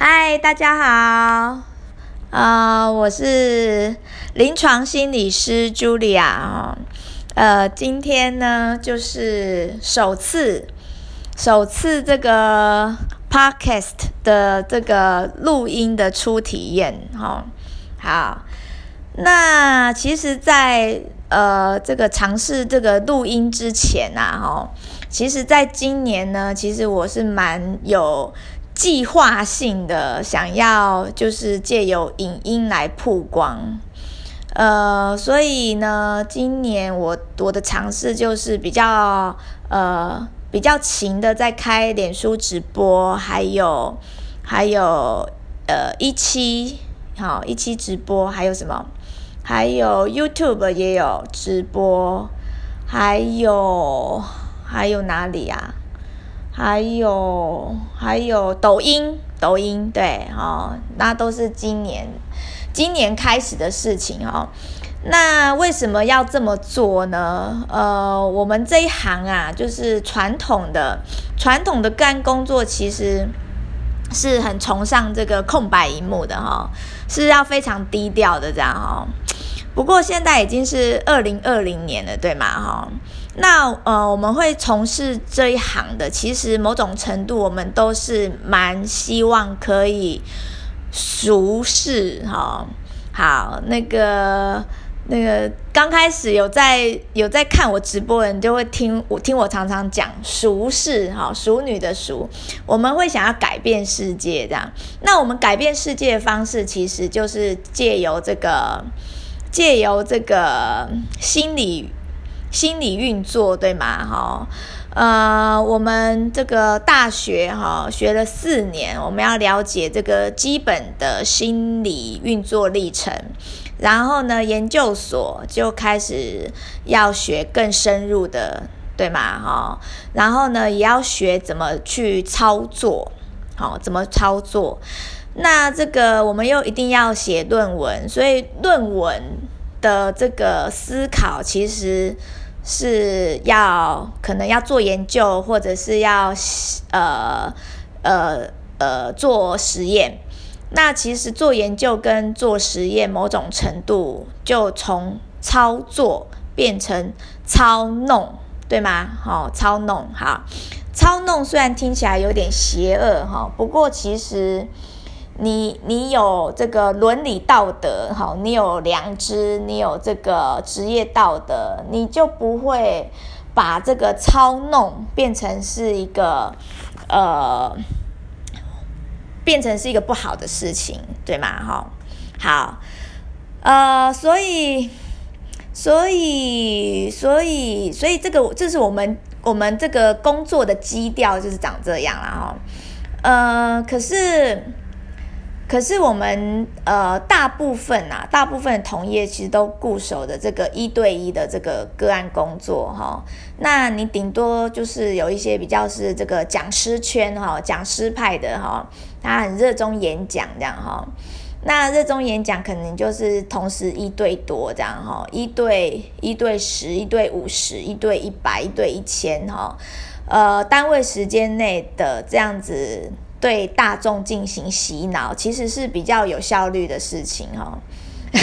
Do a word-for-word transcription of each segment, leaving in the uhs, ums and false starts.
嗨，大家好，呃，我是临床心理师 Julia 哦，呃，今天呢就是首次首次这个 podcast 的这个录音的初体验哈、哦，好，那其实在呃这个尝试这个录音之前啊，哈，其实在今年呢，其实我是蛮有计划性的想要就是借由影音来曝光，呃，所以呢，今年我我的尝试就是比较呃比较勤的在开脸书直播，还有还有呃一期好一期直播，还有什么？还有 YouTube 也有直播，还有还有哪里啊？还有还有抖音，抖音对哦，那都是今年今年开始的事情哦。那为什么要这么做呢？呃，我们这一行啊，就是传统的传统的干工作，其实是很崇尚这个空白荧幕的哈、哦，是要非常低调的这样哈、哦。不过现在已经是二零二零年了，对吗？哈，那呃，我们会从事这一行的，其实某种程度我们都是蛮希望可以熟视哈。好，那个那个刚开始有在有在看我直播的人，就会听我听我常常讲熟视哈，熟女的熟，我们会想要改变世界这样。那我们改变世界的方式，其实就是借由这个。借由这个心理心理运作，对吗？哈，呃，我们这个大学哈学了四年，我们要了解这个基本的心理运作历程，然后呢，研究所就开始要学更深入的，对吗？哈，然后呢，也要学怎么去操作，好，怎么操作。那这个我们又一定要写论文，所以论文的这个思考其实是要可能要做研究，或者是要呃呃呃做实验。那其实做研究跟做实验某种程度就从操作变成操弄，对吗？好、哦，操弄好，操弄虽然听起来有点邪恶哈、哦，不过其实。你你有这个伦理道德，好，你有良知，你有这个职业道德，你就不会把这个操弄变成是一个呃，变成是一个不好的事情，对吗？哈，好，呃，所以所以所以所以这个这是我们我们这个工作的基调就是长这样啦哈，呃，可是。可是我们呃大部分啊，大部分的同业其实都固守的这个一对一的这个个案工作哈。那你顶多就是有一些比较是这个讲师圈哈，讲师派的哈，他很热衷演讲这样哈。那热衷演讲可能就是同时一对多这样哈，一对一对十，一对五十，一对一百，一对一千哈。呃，单位时间内的这样子。对大众进行洗脑，其实是比较有效率的事情哈、哦。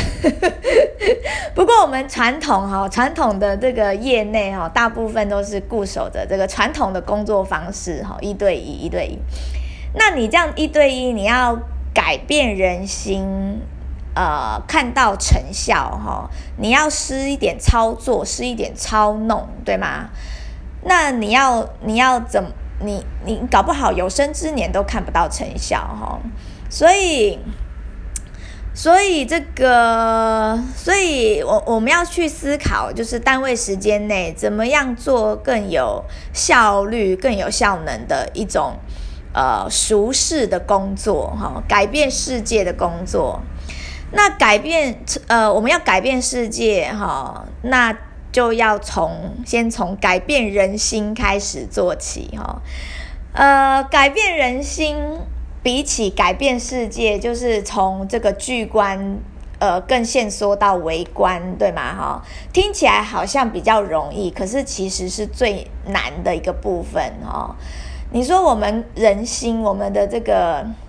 不过我们传统哈，传统的这个业内哈，大部分都是固守着这个传统的工作方式哈，一对一，一对一。那你这样一对一，你要改变人心，呃，看到成效哈，你要施一点操作，施一点操弄，对吗？那你要你要怎么？你你搞不好有生之年都看不到成效哈，所以所以这个，所以我我们要去思考，就是单位时间内怎么样做更有效率、更有效能的一种呃熟视的工作哈，改变世界的工作。那改变呃，我们要改变世界哈，那。就要从先从改变人心开始做起哈，呃，改变人心比起改变世界，就是从这个巨观呃更限缩到微观，对吗？哈，听起来好像比较容易，可是其实是最难的一个部分哈。你说我们人心，我们的这个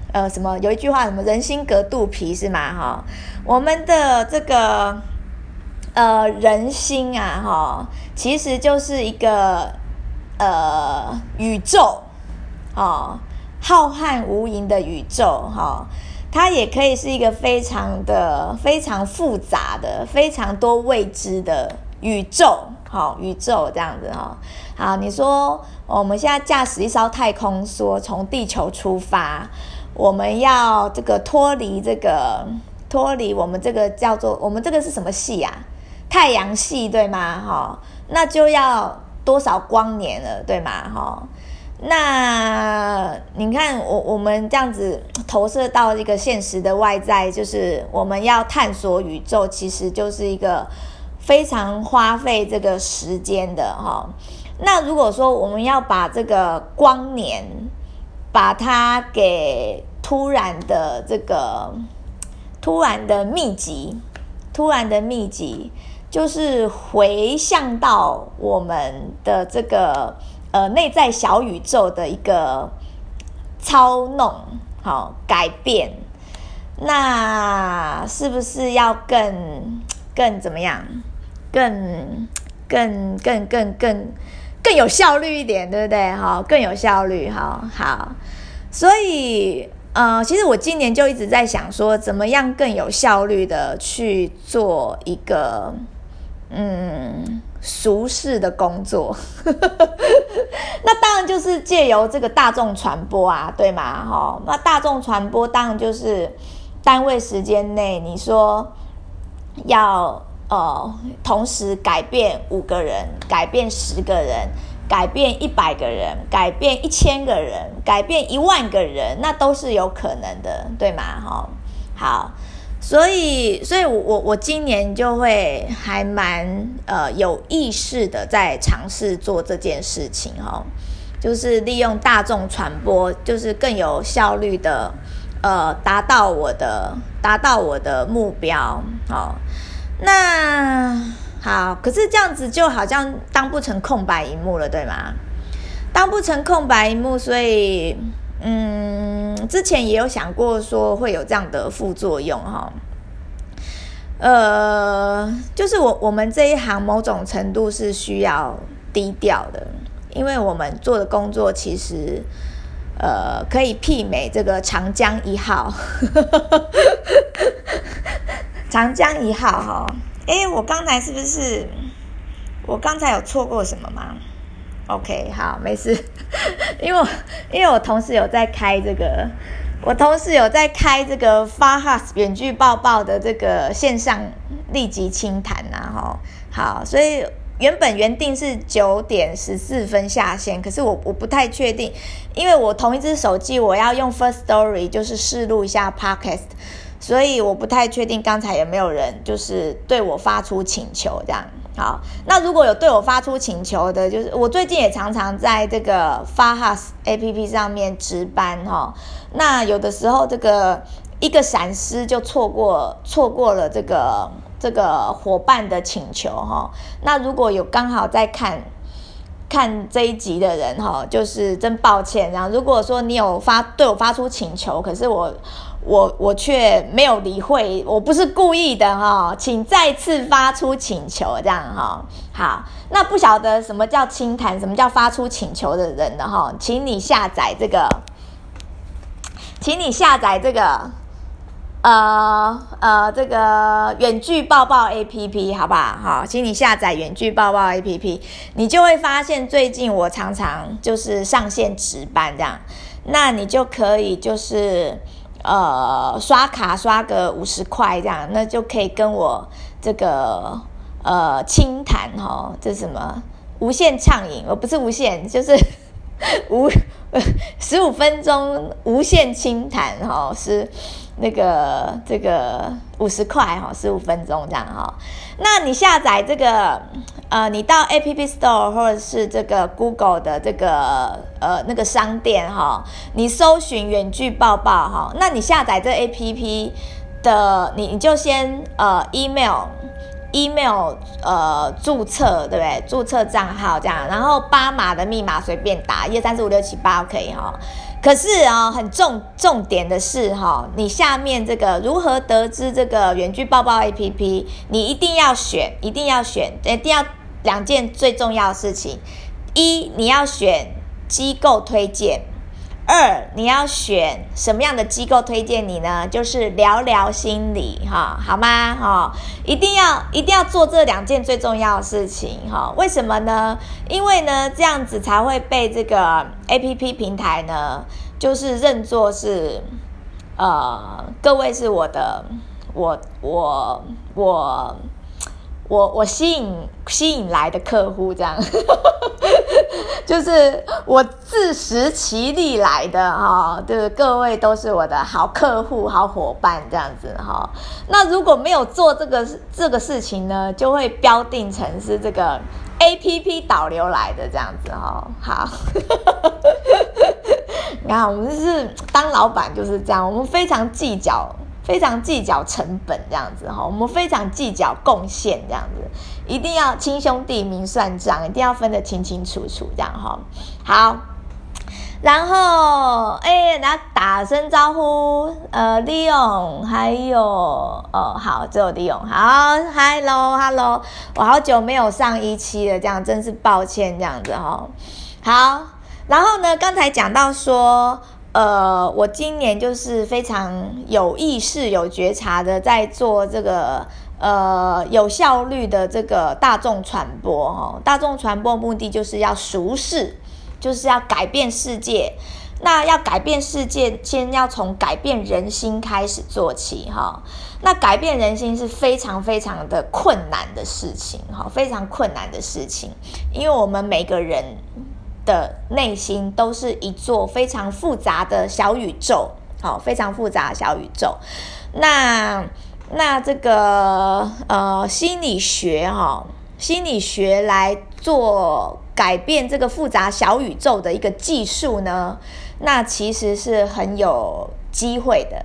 呃什么有一句话什么人心隔肚皮是吗？哈，我们的这个呃人心啊哈，其实就是一个呃宇宙，哦，浩瀚无垠的宇宙哈。它也可以是一个非常的、非常复杂的、非常多未知的宇宙，好，宇宙这样子哈。好，你说我们现在驾驶一艘太空梭从地球出发，我们要这个脱离这个脱离我们这个叫做我们这个是什么系啊？太阳系对吗？哈，那就要多少光年了对吗？哈。那你看我我们这样子投射到一个现实的外在，就是我们要探索宇宙，其实就是一个非常花费这个时间的哈。那如果说我们要把这个光年把它给突然的这个突然的密集突然的密集就是回向到我们的这个呃，内在小宇宙的一个操弄，好改变，那是不是要更更怎么样？更更更更更更有效率一点，对不对？好，更有效率，好好。所以呃，其实我今年就一直在想说，怎么样更有效率的去做一个嗯。俗世的工作那当然就是借由这个大众传播啊，对吗？齁，那大众传播当然就是单位时间内你说要呃同时改变五个人，改变十个人，改变一百个人，改变一千个人，改变一万个人，那都是有可能的，对吗？齁，好，所以，所以我我我今年就会还蛮呃有意识的在尝试做这件事情哈，就是利用大众传播，就是更有效率的呃达到我的达到我的目标。好，那好，可是这样子就好像当不成空白萤幕了，对吗？当不成空白萤幕，所以。嗯，之前也有想过说会有这样的副作用哈，呃，就是我我们这一行某种程度是需要低调的，因为我们做的工作其实呃可以媲美这个长江一号，长江一号哈，诶，我刚才是不是我刚才有错过什么吗？OK， 好，没事，因为我因为我同事有在开这个，我同事有在开这个 Fahas 远距抱抱的这个线上立即清谈呐，哈，好，所以原本原定是九点十四分下线，可是我我不太确定，因为我同一只手机我要用 First Story 就是试录一下 Podcast， 所以我不太确定刚才有没有人就是对我发出请求这样。好，那如果有对我发出请求的，就是我最近也常常在这个 Fahas A P P 上面值班哈。那有的时候这个一个闪失就错过错过了这个这个伙伴的请求哈。那如果有刚好在看看这一集的人哈，就是真抱歉。然后如果说你有发对我发出请求，可是我。我我却没有理会，我不是故意的哈，请再次发出请求，这样哈。好，那不晓得什么叫清谈，什么叫发出请求的人呢哈，请你下载这个，请你下载这个，呃呃这个远距抱抱 A P P 好不好？好，请你下载远距抱抱 A P P， 你就会发现最近我常常就是上线值班这样，那你就可以就是。呃，刷卡刷个五十块这样，那就可以跟我这个呃清谈哈，这是什么无限畅饮？我不是无限，就是无十五分钟无限清谈哈，是那个这个五十块哈，十五分钟这样哈。那你下载这个呃，你到 App Store 或者是这个 Google 的这个呃那个商店哈，你搜寻远距抱抱哈，那你下载这 A P P 的，你你就先呃 email email 呃注册对不对？注册账号这样，然后八码的密码随便打，一二三四五六七八 OK 哈。 可是啊、哦，很重重点的是哈、哦，你下面这个如何得知这个远距抱抱 A P P， 你一定要选，一定要选，一定要两件最重要的事情：一，你要选机构推荐；二，你要选什么样的机构推荐你呢？就是聊聊心理哈，好吗？哈，一定要一定要做这两件最重要的事情哈。为什么呢？因为呢，这样子才会被这个 A P P 平台呢，就是认作是呃，各位是我的，我我我。我我吸引吸引来的客户，这样就是我自食其力来的哈，对，各位都是我的好客户、好伙伴这样子哈。那如果没有做这个这个事情呢，就会标定成是这个 A P P 导流来的这样子哈。好，你看我们是当老板就是这样，我们非常计较。非常计较成本这样子哈，我们非常计较贡献这样子，一定要亲兄弟明算账，一定要分得清清楚楚这样哈。好，然后哎，来打声招呼，呃，利用还有哦，好，只有利用，好 ，hello hello， 我好久没有上一期了，这样真是抱歉这样子哈。好，然后呢，刚才讲到说。呃，我今年就是非常有意识、有觉察的在做这个呃有效率的这个大众传播哦。大众传播目的就是要熟视，就是要改变世界。那要改变世界，先要从改变人心开始做起哈。那改变人心是非常非常的困难的事情哈，非常困难的事情，因为我们每个人。的内心都是一座非常复杂的小宇宙，好，非常复杂的小宇宙。那那这个呃心理学哈，心理学来做改变这个复杂小宇宙的一个技术呢，那其实是很有机会的，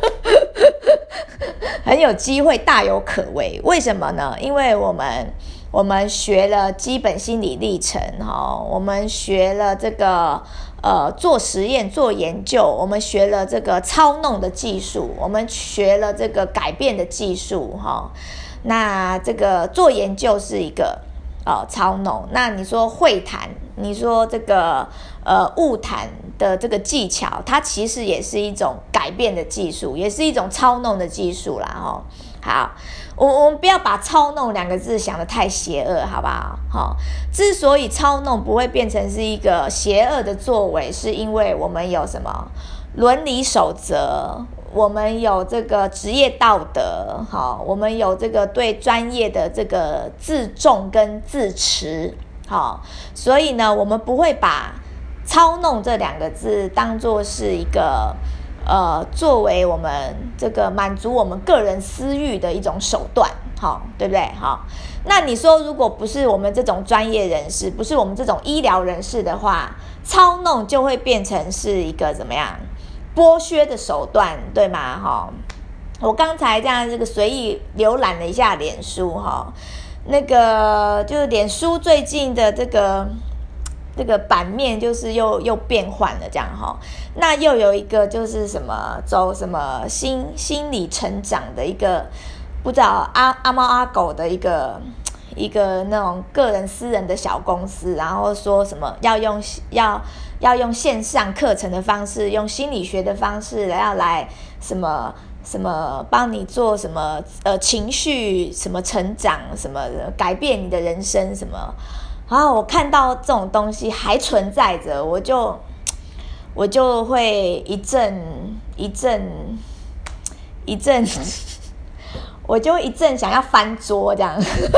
很有机会，大有可为。为什么呢？因为我们。我们学了基本心理历程哈，我们学了这个呃做实验做研究，我们学了这个操弄的技术，我们学了这个改变的技术哈。那这个做研究是一个呃操弄，那你说会谈，你说这个呃晤谈的这个技巧，它其实也是一种改变的技术，也是一种操弄的技术啦哈。好。我我们不要把操弄两个字想得太邪恶，好不好？好，之所以操弄不会变成是一个邪恶的作为，是因为我们有什么伦理守则，我们有这个职业道德，好，我们有这个对专业的这个自重跟自持，好，所以呢，我们不会把操弄这两个字当作是一个。呃，作为我们这个满足我们个人私欲的一种手段，好，对不对？好，那你说，如果不是我们这种专业人士，不是我们这种医疗人士的话，操弄就会变成是一个怎么样剥削的手段，对吗？哈，我刚才这样这个随意浏览了一下脸书，哈，那个就是脸书最近的这个。这个版面就是又又变换了这样哈，那又有一个就是什么走什么心心理成长的一个不知道阿阿猫阿狗的一个一个那种个人私人的小公司，然后说什么要用要要用线上课程的方式，用心理学的方式要来什么什么帮你做什么呃情绪什么成长什么改变你的人生什么。然后我看到这种东西还存在着，我就我就会一阵一阵一阵，我就一阵想要翻桌这样，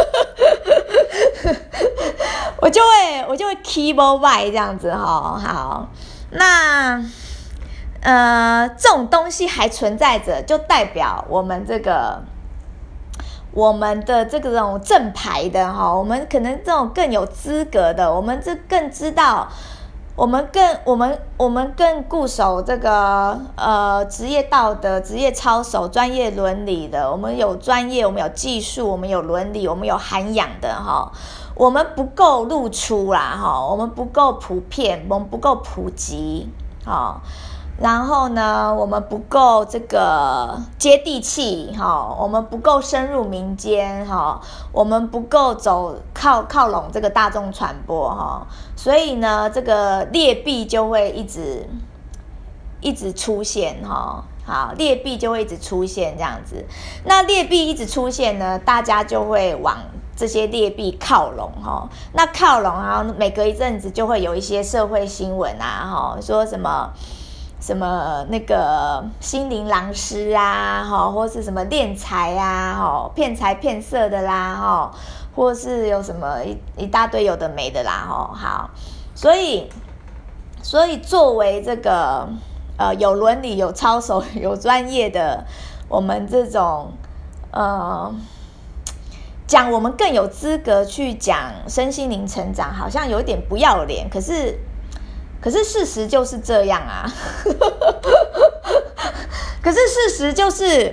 我就会我就会 keyboard by 这样子哈。好，那呃这种东西还存在着，就代表我们这个。我们的这个这种正牌的哈，我们可能这种更有资格的，我们这更知道，我们更我们我们更固守这个呃职业道德、职业操守、专业伦理的。我们有专业，我们有技术，我们有伦理，我们有涵养的哈。我们不够露出啦哈，我们不够普遍，我们不够普及。 哦，然后呢，我们不够这个接地气，哈、哦，我们不够深入民间，哈、哦，我们不够走靠靠拢这个大众传播，哈、哦，所以呢，这个劣币就会一直一直出现，哈、哦，好，劣币就会一直出现这样子。那劣币一直出现呢，大家就会往这些劣币靠拢，哈、哦，那靠拢啊，每隔一阵子就会有一些社会新闻啊，哈、哦，说什么。什么那个心灵狼师啊，哈，或是什么敛财啊，哈，骗财骗色的啦，哈，或是有什么一一大堆有的没的啦，哈，好，所以所以作为这个呃有伦理、有操守、有专业的我们这种呃讲，我们更有资格去讲身心灵成长，好像有点不要脸，可是。可是事实就是这样啊，可是事实就是，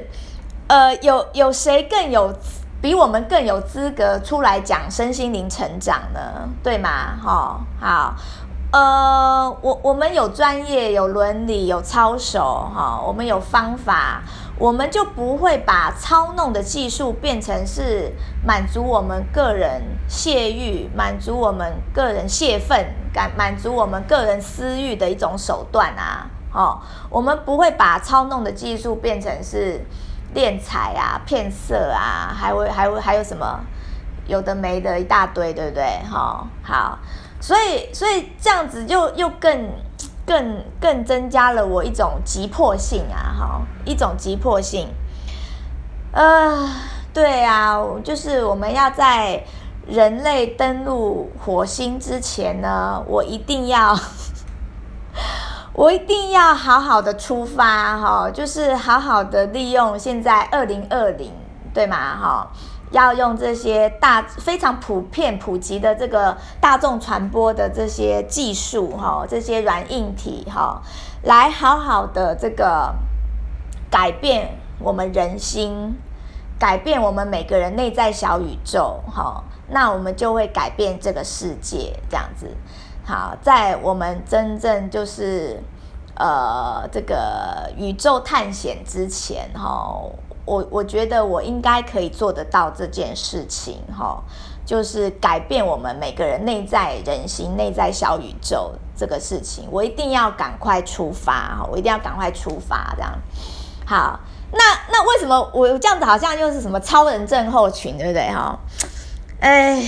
呃，有有谁更有比我们更有资格出来讲身心灵成长呢？对吗？哈、哦，好，呃，我我们有专业、有伦理、有操守，哈、哦，我们有方法，我们就不会把操弄的技术变成是满足我们个人泄欲、满足我们个人泄愤。满足我们个人私欲的一种手段啊，哦，我们不会把操弄的技术变成是敛财啊、骗色啊，还会还会还有什么有的没的一大堆，对不对？哈、哦，好，所以所以这样子就又更更更增加了我一种急迫性啊，哈、哦，一种急迫性，呃，对啊，就是我们要在。人类登陆火星之前呢，我一定要，我一定要好好的出发哈，就是好好的利用现在二零二零，对吗？哈，要用这些大非常普遍普及的这个大众传播的这些技术哈，这些软硬体哈，来好好的这个改变我们人心，改变我们每个人内在小宇宙哈。那我们就会改变这个世界，这样子。好，在我们真正就是呃这个宇宙探险之前，哈，我我觉得我应该可以做得到这件事情，哈，就是改变我们每个人内在人心、内在小宇宙这个事情，我一定要赶快出发，哈，我一定要赶快出发，这样。好，那那为什么我这样子好像又是什么超人症候群，对不对，哈？哎，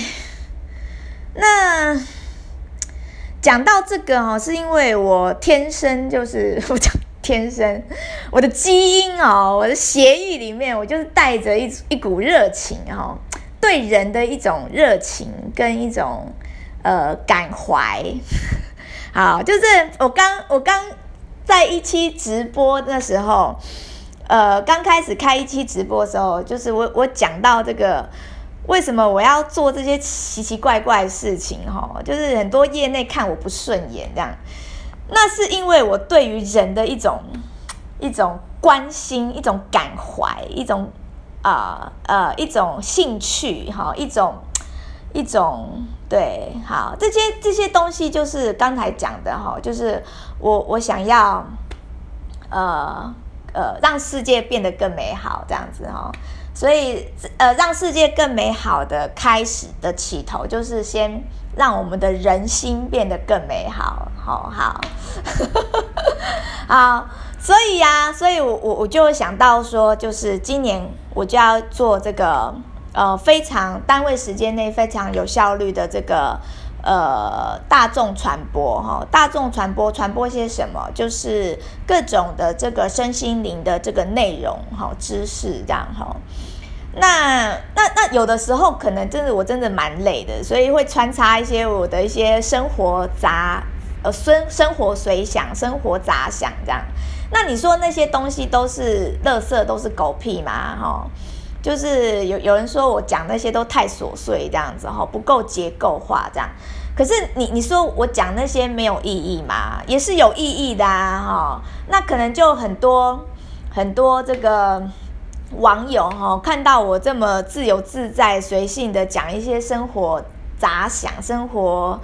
那讲到这个哦，是因为我天生就是我讲天生，我的基因哦，我的血液里面，我就是带着一一股热情哦，对人的一种热情跟一种呃感怀。好，就是我刚我刚在一期直播的时候，呃，刚开始开一期直播的时候，就是我我讲到这个。为什么我要做这些奇奇怪怪的事情？哈，就是很多业内看我不顺眼，这样，那是因为我对于人的一种一种关心、一种感怀、一种啊 呃, 呃一种兴趣，哈，一种一种对，好，这些这些东西就是刚才讲的哈，就是我我想要呃呃让世界变得更美好，这样子哈。所以，呃，让世界更美好的开始的起头，就是先让我们的人心变得更美好，好好，好。所以呀、啊，所以我我我就想到说，就是今年我就要做这个呃非常单位时间内非常有效率的这个呃大众传播哈，大众传播传播些什么？就是各种的这个身心灵的这个内容哈，知识这样哈。那那那有的时候可能真的我真的蛮累的，所以会穿插一些我的一些生活杂呃生生活随想、生活杂想这样。那你说那些东西都是垃圾，都是狗屁吗？哈，就是有有人说我讲那些都太琐碎这样子哈，不够结构化这样。可是你你说我讲那些没有意义吗？也是有意义的啊哈。那可能就很多很多这个。网友哈看到我这么自由自在、随性的讲一些生活杂想、生活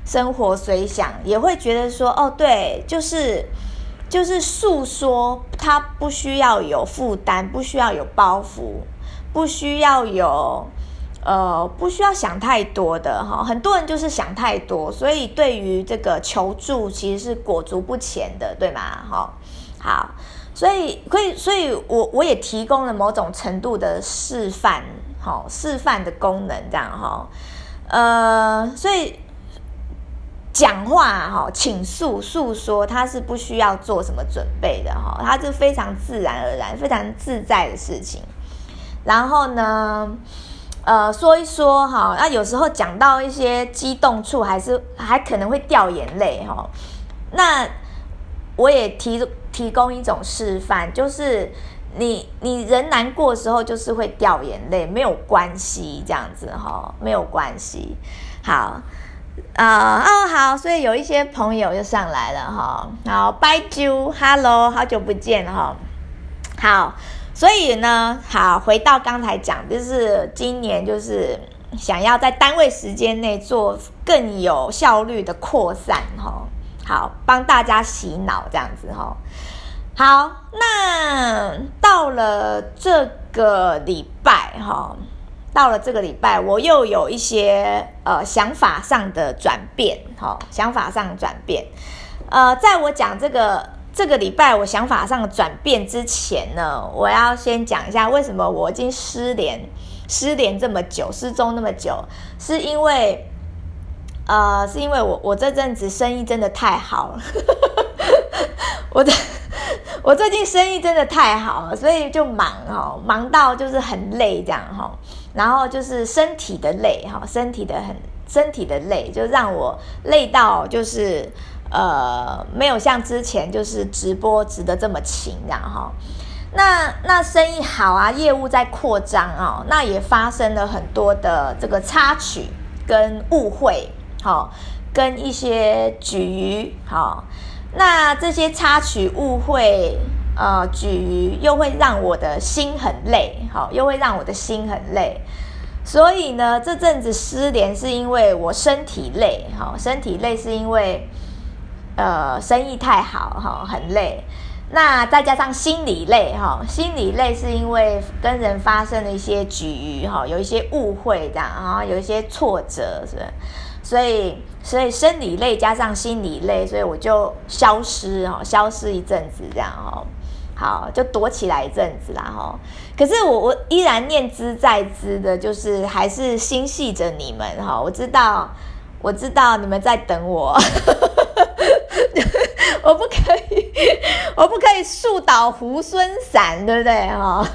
生活随想，也会觉得说，哦，对，就是就是诉说，它不需要有负担，不需要有包袱，不需要有呃，不需要想太多的哈。很多人就是想太多，所以对于这个求助其实是裹足不前的，对吗？哈，好，所以可以，所以我我也提供了某种程度的示范，哈，示范的功能这样哈，呃，所以。讲话哈，倾诉诉说，它是不需要做什么准备的哈，它是非常自然而然、非常自在的事情。然后呢，呃，说一说哈，那有时候讲到一些激动处，还是还可能会掉眼泪哈。那我也提提供一种示范，就是你你人难过的时候，就是会掉眼泪，没有关系，这样子哈，没有关系。好。呃哦好，所以有一些朋友就上来了哈，好，拜啾 ，Hello， 好久不见哈，好，所以呢，好，回到刚才讲，就是今年就是想要在单位时间内做更有效率的扩散哈，好，帮大家洗脑这样子哈，好，那到了这个礼拜哈。到了这个礼拜，我又有一些呃想法上的转变，哈、哦，想法上的转变。呃，在我讲这个这个礼拜我想法上的转变之前呢，我要先讲一下为什么我已经失联失联这么久，失踪那么久，是因为呃，是因为我我这阵子生意真的太好了，我的。我最近生意真的太好了，所以就忙哦，忙到就是很累这样哈，然后就是身体的累哈，身体的很身体的累，就让我累到就是呃没有像之前就是直播直得这么勤这样哈。那那生意好啊，业务在扩张哦，那也发生了很多的这个插曲跟误会，好，跟一些局好。那这些插曲误会呃举喻又会让我的心很累，好，又会让我的心很累。所以呢，这阵子失联是因为我身体累，好，身体累是因为呃生意太好，哈，很累。那再加上心理累，哈，心理累是因为跟人发生了一些局喻，哈，有一些误会这样啊，有一些挫折，是不是？所以，所以生理累加上心理累，所以我就消失哈，消失一阵子这样哈，好，就躲起来一阵子啦哈。可是我我依然念之在之的，就是还是心系着你们哈。我知道，我知道你们在等我，我不可以，我不可以树倒猢狲散，对不对哈？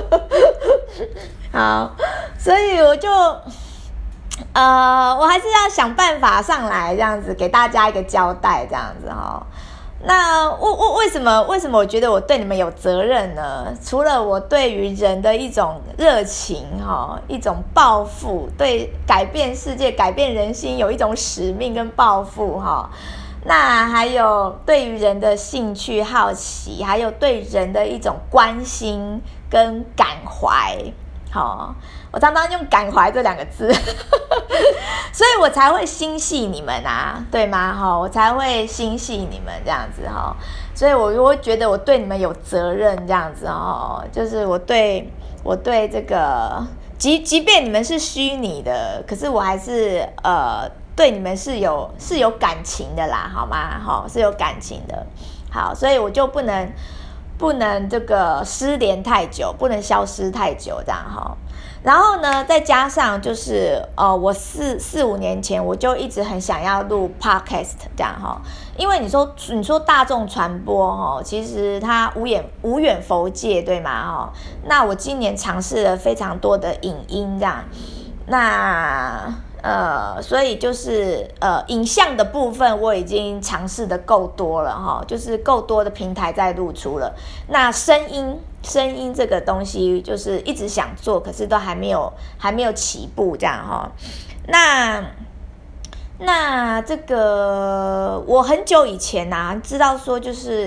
好，所以我就。呃，我还是要想办法上来，这样子给大家一个交代，这样子哈。那为为为什么为什么我觉得我对你们有责任呢？除了我对于人的一种热情哈，一种抱负，对改变世界、改变人心有一种使命跟抱负哈。那还有对于人的兴趣、好奇，还有对人的一种关心跟感怀。好，我常常用感怀这两个字所以我才会心系你们啊，对吗？哈，我才会心系你们这样子哈，所以我就会觉得我对你们有责任这样子哈，就是我对我对这个，即即便你们是虚拟的，可是我还是呃对你们是有是有感情的啦，好吗？哈，是有感情的，好，所以我就不能。不能这个失联太久，不能消失太久，这样哈。然后呢，再加上就是呃，我四四五年前我就一直很想要录 podcast 这样哈，因为你说你说大众传播哈，其实它无远无远弗届，对吗哈？那我今年尝试了非常多的影音这样，那。呃，所以就是呃，影像的部分我已经尝试的够多了哈，就是够多的平台在露出了。那声音，声音这个东西就是一直想做，可是都还没有还没有起步这样哈。那那这个我很久以前啊，知道说就是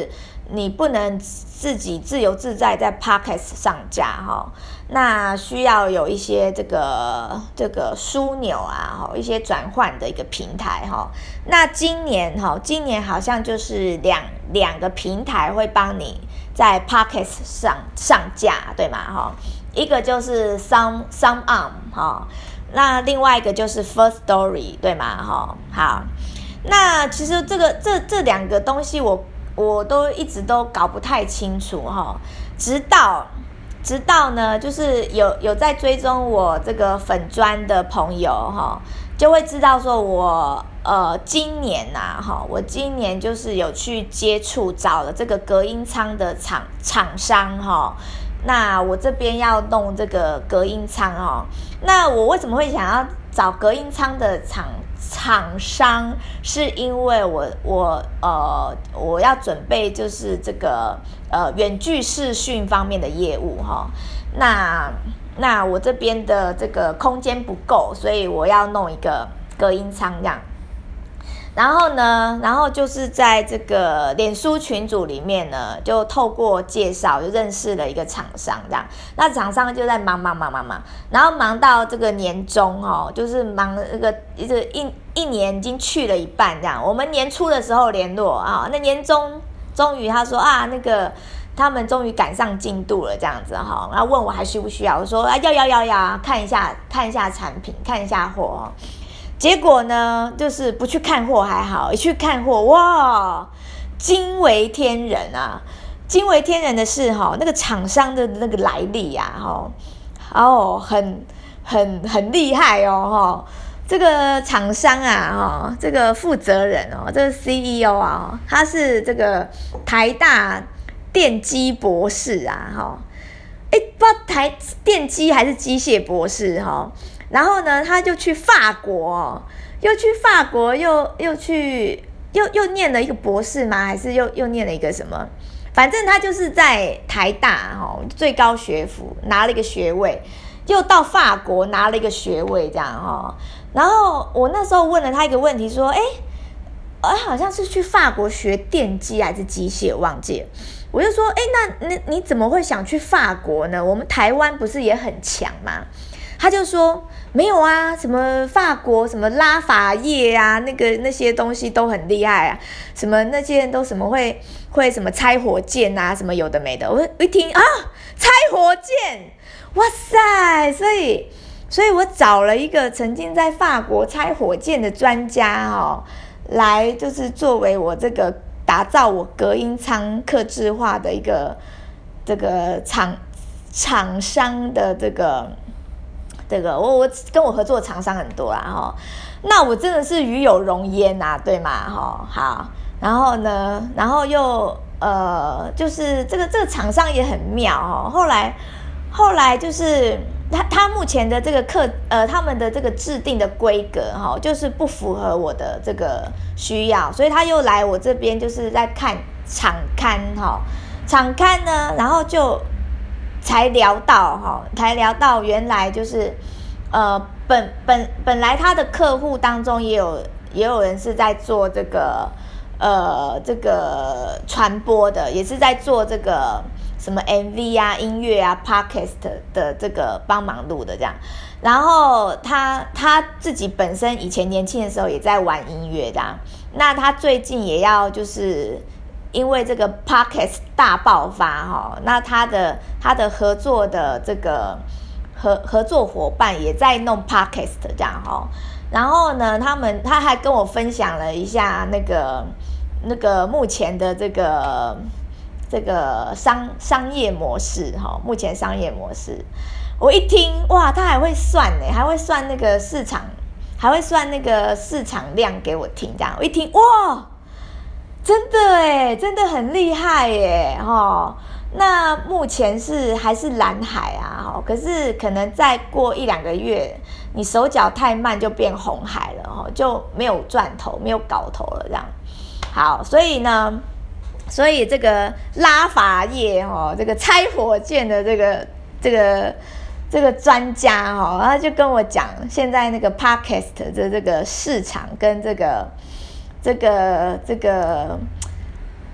你不能自己自由自在在 Podcast 上架哈，那需要有一些这个这个枢纽啊哈，一些转换的一个平台哈。那今年哈，今年好像就是两两个平台会帮你在 Podcast 上上架，对吗哈？一个就是 Some Some On 哈，那另外一个就是 First Story 对吗哈？好，那其实这个这这两个东西我。我都一直都搞不太清楚哈，直到直到呢，就是有有在追踪我这个粉专的朋友哈，就会知道说我呃今年呐哈，我今年就是有去接触找了这个隔音舱的厂厂商哈，那我这边要弄这个隔音舱哈，那我为什么会想要找隔音舱的厂？厂商是因为我我呃我要准备就是这个呃远距视讯方面的业务哈，那那我这边的这个空间不够，所以我要弄一个隔音舱这样。然后呢，然后就是在这个脸书群组里面呢，就透过介绍就认识了一个厂商这样。那厂商就在忙忙忙忙忙，然后忙到这个年终哦，就是忙这个一个一一年已经去了一半这样。我们年初的时候联络啊，那年终终于他说啊那个。他们终于赶上进度了，这样子哈，然后问我还需不需要，我说啊要要要要，看一下看一下产品，看一下货。结果呢，就是不去看货还好，一去看货，哇，惊为天人啊！惊为天人的是哈，那个厂商的那个来历啊，哈，哦，很很很厉害哦，哈，这个厂商啊，哈，这个负责人哦，这个 C E O 啊，他是这个台大电机博士啊，哈，哎，不知道台电机还是机械博士哈。然后呢，他就去法国，又去法国，又又去，又又念了一个博士吗？还是又又念了一个什么？反正他就是在台大哈、哦、最高学府拿了一个学位，又到法国拿了一个学位，这样哈、哦。然后我那时候问了他一个问题，说，哎，哎，好像是去法国学电机还是机械，我忘记了。我就说，哎，那你你怎么会想去法国呢？我们台湾不是也很强吗？他就说没有啊，什么法国什么拉法叶啊，那个那些东西都很厉害啊，什么那些人都什么会会什么拆火箭啊，什么有的没的。我一听啊，拆火箭，哇塞！所以所以我找了一个曾经在法国拆火箭的专家哦，来就是作为我这个打造我隔音舱客制化的一个这个厂厂商的这个。这个我我跟我合作的厂商很多啦哈，那我真的是与有荣焉呐、啊，对吗哈？好，然后呢，然后又呃，就是这个这个厂商也很妙哈。后来后来就是他他目前的这个课呃，他们的这个制定的规格哈，就是不符合我的这个需要，所以他又来我这边就是在看场刊哈，场刊呢，然后就。才聊到哈，才聊到原来就是，呃，本本本来他的客户当中也有也有人是在做这个呃这个传播的，也是在做这个什么 M V 啊、音乐啊、Podcast 的这个帮忙录的这样。然后他他自己本身以前年轻的时候也在玩音乐这样，那他最近也要就是。因为这个 Podcast 大爆发哈，那他的他的合作的这个合合作伙伴也在弄 Podcast 这样哈，然后呢，他们他还跟我分享了一下那个那个目前的这个这个商商业模式哈，目前商业模式，我一听哇，他还会算呢，还会算那个市场，还会算那个市场量给我听这样，我一听哇。真的哎，真的很厉害耶哈！那目前是还是蓝海啊哈，可是可能再过一两个月，你手脚太慢就变红海了哈，就没有赚头，没有搞头了这样。好，所以呢，所以这个拉法叶哈，这个拆火箭的这个这个这个专家哈，他就跟我讲，现在那个 Podcast 的这个市场跟这个。这个这个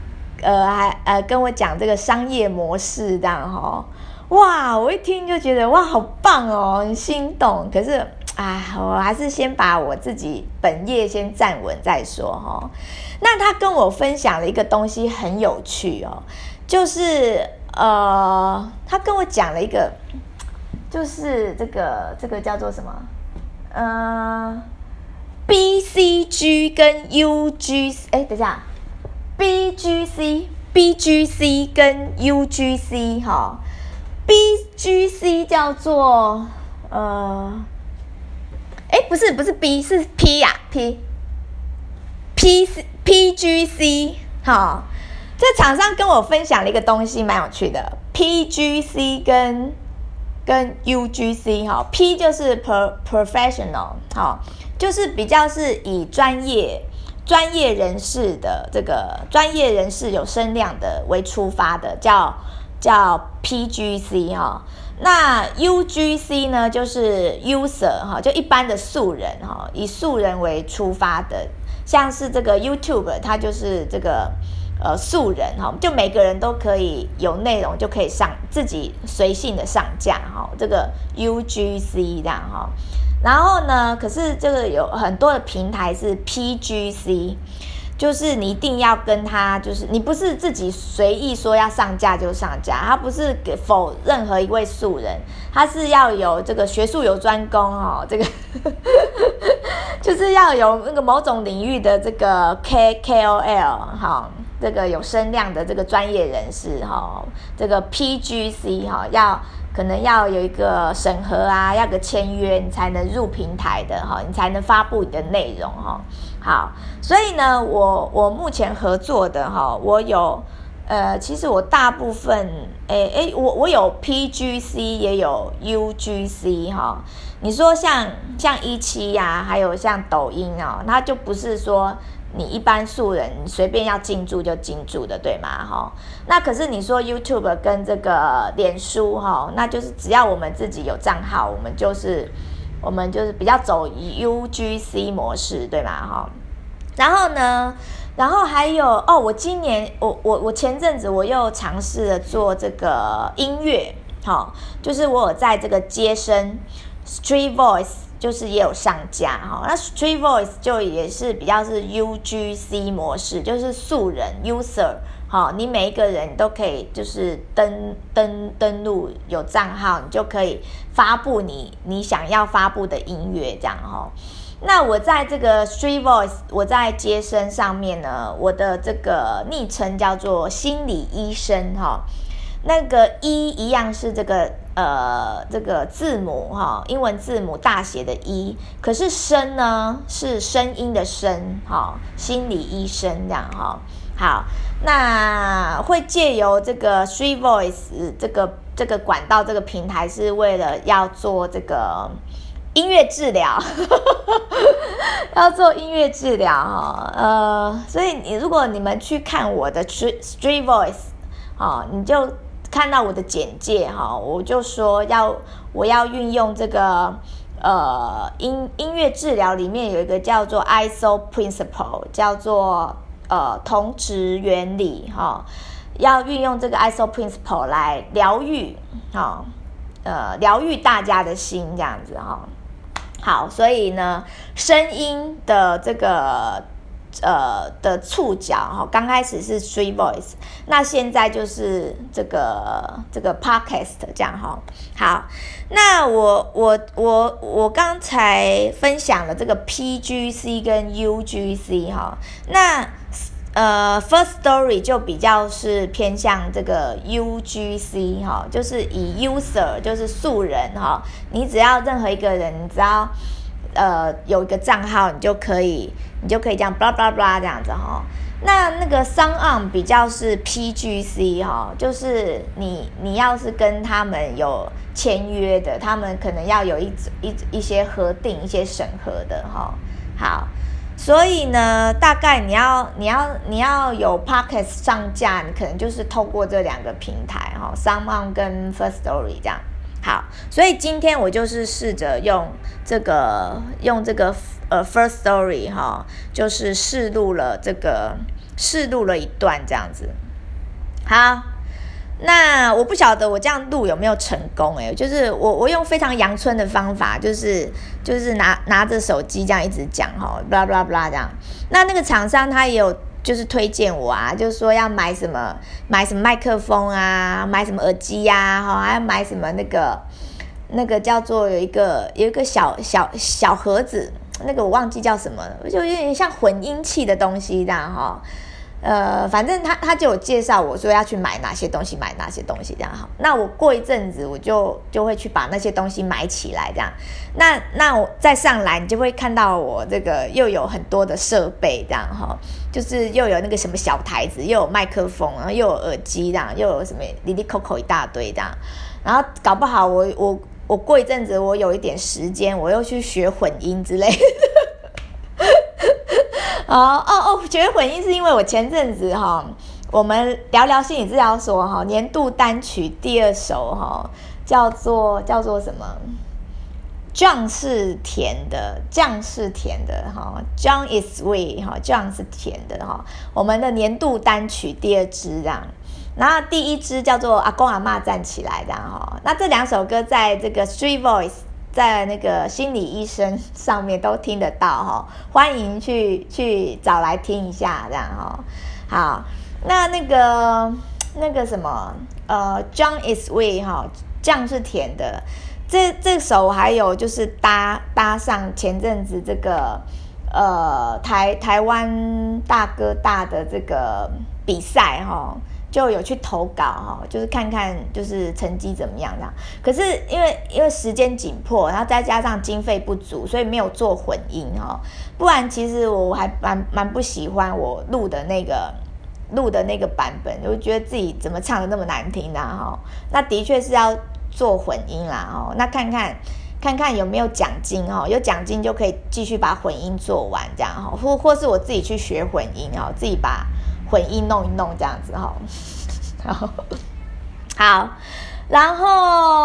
呃还呃跟我讲这个商业模式这样哈，哇，我一听就觉得哇好棒哦，很心动。可是哎，我还是先把我自己本业先站稳再说哈。那他跟我分享了一个东西很有趣哦，就是呃，他跟我讲了一个，就是这个这个叫做什么？呃 ，B C G 跟 U G， 哎，等一下 ，B G C、B G C 跟 U G C 哈 ，B G C 叫做呃。哎，不是不是 B 是 P 呀、啊、P P P G C 好，这厂商跟我分享了一个东西，蛮有趣的。P G C 跟跟 U G C 哈 ，P 就是 per professional 好，就是比较是以专业专业人士的这个专业人士有声量的为出发的，叫叫 P G C 哈。那 U G C 呢，就是 user 哈，就一般的素人哈，以素人为出发的，像是这个 YouTube， 它就是这个呃素人哈，就每个人都可以有内容就可以上，自己随性的上架哈，这个 U G C 这样哈。然后呢，可是这个有很多的平台是 P G C。就是你一定要跟他，就是你不是自己随意说要上架就上架，他不是给否任何一位素人，他是要有这个学术有专攻哦，这个就是要有那个某种领域的这个 K K O L 哈，这个有声量的这个专业人士哈，这个 P G C 哈要。可能要有一个审核啊，要个签约，你才能入平台的哈，你才能发布你的内容哈。好，所以呢，我我目前合作的哈，我有呃，其实我大部分诶诶，我我有 P G C 也有 U G C 哈。你说像像一期呀，还有像抖音啊，它就不是说。你一般素人随便要进驻就进驻的，对吗？哈，那可是你说 YouTube 跟这个脸书哈，那就是只要我们自己有账号，我们就是我们就是比较走 U G C 模式，对吗？哈，然后呢，然后还有哦，我今年我我我前阵子我又尝试了做这个音乐，哈，就是我有在这个街声 Street Voice。就是也有上架哈，那 Street Voice 就也是比较是 U G C 模式，就是素人 user 哈，你每一个人都可以就是登登登录有账号，你就可以发布你你想要发布的音乐这样哈。那我在这个 Street Voice， 我在街声上面呢，我的这个昵称叫做心理医生哈。那个一一样是这个呃这个字母哈，英文字母大写的一，可是声呢是声音的声哈，心理医生这样哈。好，那会借由这个 Street Voice 这个这个管道这个平台，是为了要做这个音乐治疗，要做音乐治疗哈。呃，所以你如果你们去看我的 Street Voice， 哦，你就。看到我的简介哈，我就说要我要运用这个呃音音乐治疗里面有一个叫做 I S O Principle， 叫做呃同质原理哈，要运用这个 I S O Principle 来疗愈哈，呃疗愈大家的心这样子哈。好，所以呢，声音的这个。呃的触角哈，刚开始是 Street Voice， 那现在就是这个这个 Podcast 这样哈。好，那我我我我刚才分享了这个 P G C 跟 U G C 哈，那呃 First Story 就比较是偏向这个 U G C 哈，就是以 user 就是素人哈，你只要任何一个人，你只要呃有一个账号，你就可以。你就可以这样 blah blah blah 这样子哈。那那个 SoundOn 比较是 P G C 哈，就是你你要是跟他们有签约的，他们可能要有一一一些核定、一些审核的哈。好，所以呢，大概你要你要你要有 Podcast 上架，你可能就是透过这两个平台哈 ，SoundOn 跟 First Story 这样。好，所以今天我就是试着用这个用这个呃 First Story 哈，就是试录了这个试录了一段这样子。 好，那我不晓得我这样录有没有成功哎、欸，就是我我用非常阳春的方法，就是就是拿拿着手机这样一直讲哈，blah blah blah 这样。那那个厂商他也有就是推荐我啊，就是说要买什么买什么麦克风啊，买什么耳机呀、啊，哈，还要买什么那个那个叫做有一个有一个小小小盒子，那个我忘记叫什么了，就有点像混音器的东西这样哈。呃，反正他他就有介绍我说要去买哪些东西，买哪些东西这样好。那我过一阵子我就就会去把那些东西买起来这样。那那我再上来，你就会看到我这个又有很多的设备这样哈，就是又有那个什么小台子，又有麦克风，然后又有耳机这样，又有什么哩哩扣扣一大堆这样。然后搞不好我我我过一阵子我有一点时间，我又去学混音之类的。哦哦哦，学混音是因为我前阵子哈，我们聊聊心理治疗所哈年度单曲第二首哈，叫做叫做什么？John 是甜的，酱是甜的哈 ，John is sweet 哈 ，John 是甜的哈。我们的年度单曲第二支这样，然后第一支叫做阿公阿嬷站起来这样哈。那这两首歌在这个 Street Voice。在那个心理医生上面都听得到哈，欢迎去去找来听一下这样哈。好，那那个那个什么呃 ，John is sweet 哈，酱是甜的。这这首还有就是搭搭上前阵子这个呃台台湾大哥大的这个比赛哈。就有去投稿哈，就是看看就是成绩怎么样这样。可是因为因为时间紧迫，然后再加上经费不足，所以没有做混音哈。不然其实我还蛮蛮不喜欢我录的那个录的那个版本，我觉得自己怎么唱的那么难听啊哈。那的确是要做混音啦哈。那看看看看有没有奖金哈，有奖金就可以继续把混音做完这样哈，或或是我自己去学混音哈，自己把。混音弄一弄这样子哈，好，好，然后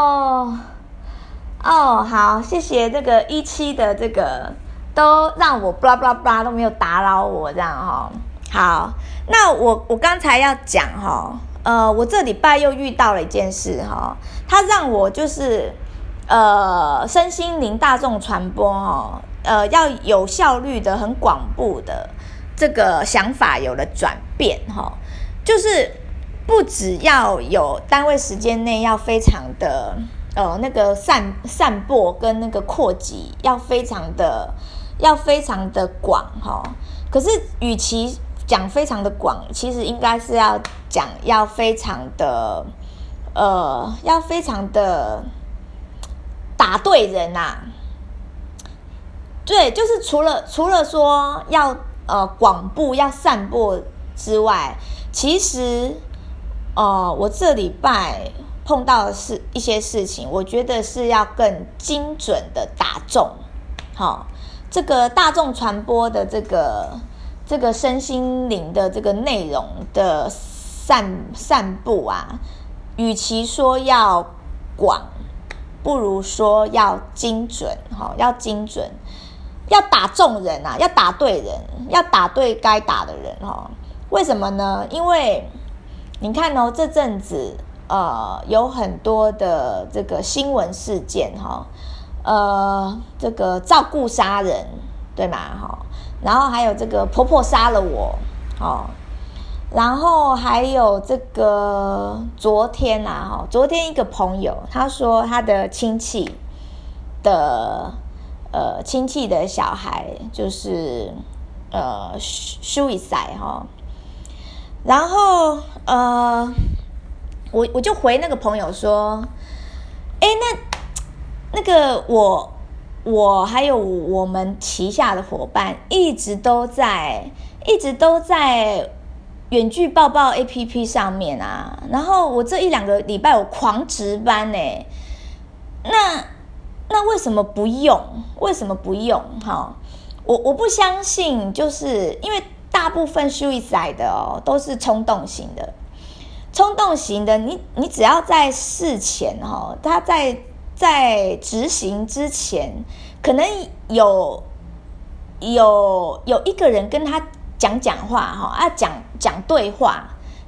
哦好，谢谢这个一期的这个都让我 blah blah blah 都没有打扰我这样哈。好，那我我刚才要讲哈，呃，我这礼拜又遇到了一件事哈，它让我就是呃身心灵大众传播哈，呃要有效率的、很广布的。这个想法有了转变哈，就是不只要有单位时间内要非常的呃那个散散播跟那个扩及要非常的要非常的广哈，可是与其讲非常的广，其实应该是要讲要非常的呃要非常的打对人呐、啊，对，就是除了除了说要。呃，广布要散播之外，其实，呃，我这礼拜碰到的是一些事情，我觉得是要更精准的打中，好、哦，这个大众传播的这个这个身心灵的这个内容的散散布啊，与其说要广，不如说要精准，哈、哦，要精准。要打中人啊，要打对人，要打对该打的人哈、哦。为什么呢？因为你看哦，这阵子呃有很多的这个新闻事件哈、哦，呃，这个照顾杀人对吗？哈、哦，然后还有这个婆婆杀了我，哦，然后还有这个昨天啊，哈，昨天一个朋友他说他的亲戚的。呃，亲戚的小孩就是呃 suicide 哈，然后呃，我我就回那个朋友说，哎，那那个我我还有我们旗下的伙伴一直都在一直都在远距抱抱 A P P 上面啊，然后我这一两个礼拜我狂值班呢、欸，那。那为什么不用？为什么不用？哈，我我不相信，就是因为大部分 suicide 的哦都是冲动型的，冲动型的，你你只要在事前哈、哦，他在在执行之前，可能有有有一个人跟他讲讲话哈、哦，啊讲讲对话，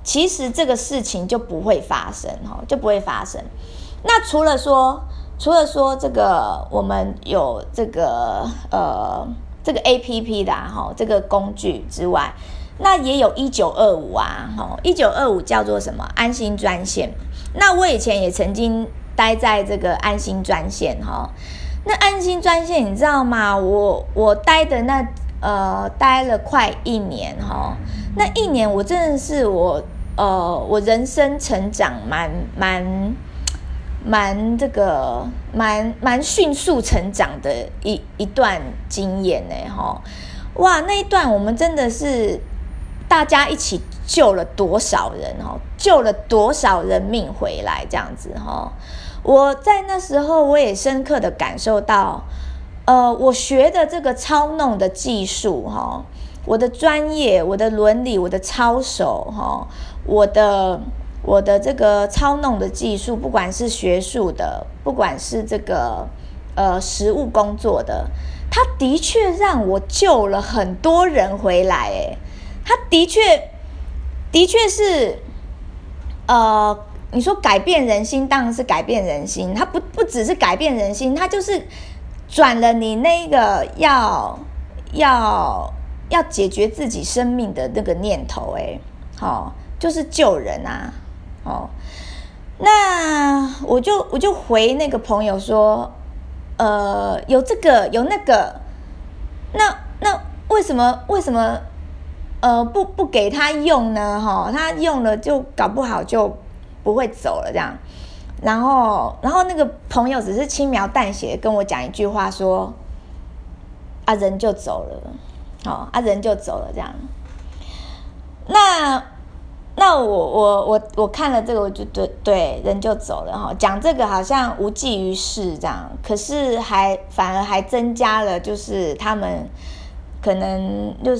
其实这个事情就不会发生哈，就不会发生。那除了说，除了说这个我们有这个呃这个 A P P 的哈、啊、这个工具之外，那也有一九二五啊，哈，一九二五叫做什么？安心专线。那我以前也曾经待在这个安心专线哈。那安心专线你知道吗？我我待的那呃待了快一年哈。那一年我真的是我呃我人生成长蛮蛮蛮这个蛮蛮迅速成长的一一段经验呢哈。哇，那一段我们真的是。大家一起救了多少人哦，救了多少人命回来这样子哦。我在那时候我也深刻的感受到，呃，我学的这个操弄的技术哈，我的专业、我的伦理、我的操守哈，我的我的这个操弄的技术，不管是学术的，不管是这个呃实务工作的，它的确让我救了很多人回来诶。他的确，的确是，呃，你说改变人心，当然是改变人心。他不不只是改变人心，他就是转了你那个要要要解决自己生命的那个念头，哎，好，就是救人啊，哦。那我就我就回那个朋友说，呃，有这个有那个，那那为什么为什么？呃，不不给他用呢，哈，他用了就搞不好就不会走了这样。然后，然后那个朋友只是轻描淡写跟我讲一句话说，啊人就走了，哦，啊人就走了这样。那那我我我我看了这个，我就对对人就走了哈，讲这个好像无济于事这样，可是还反而还增加了，就是他们可能就是。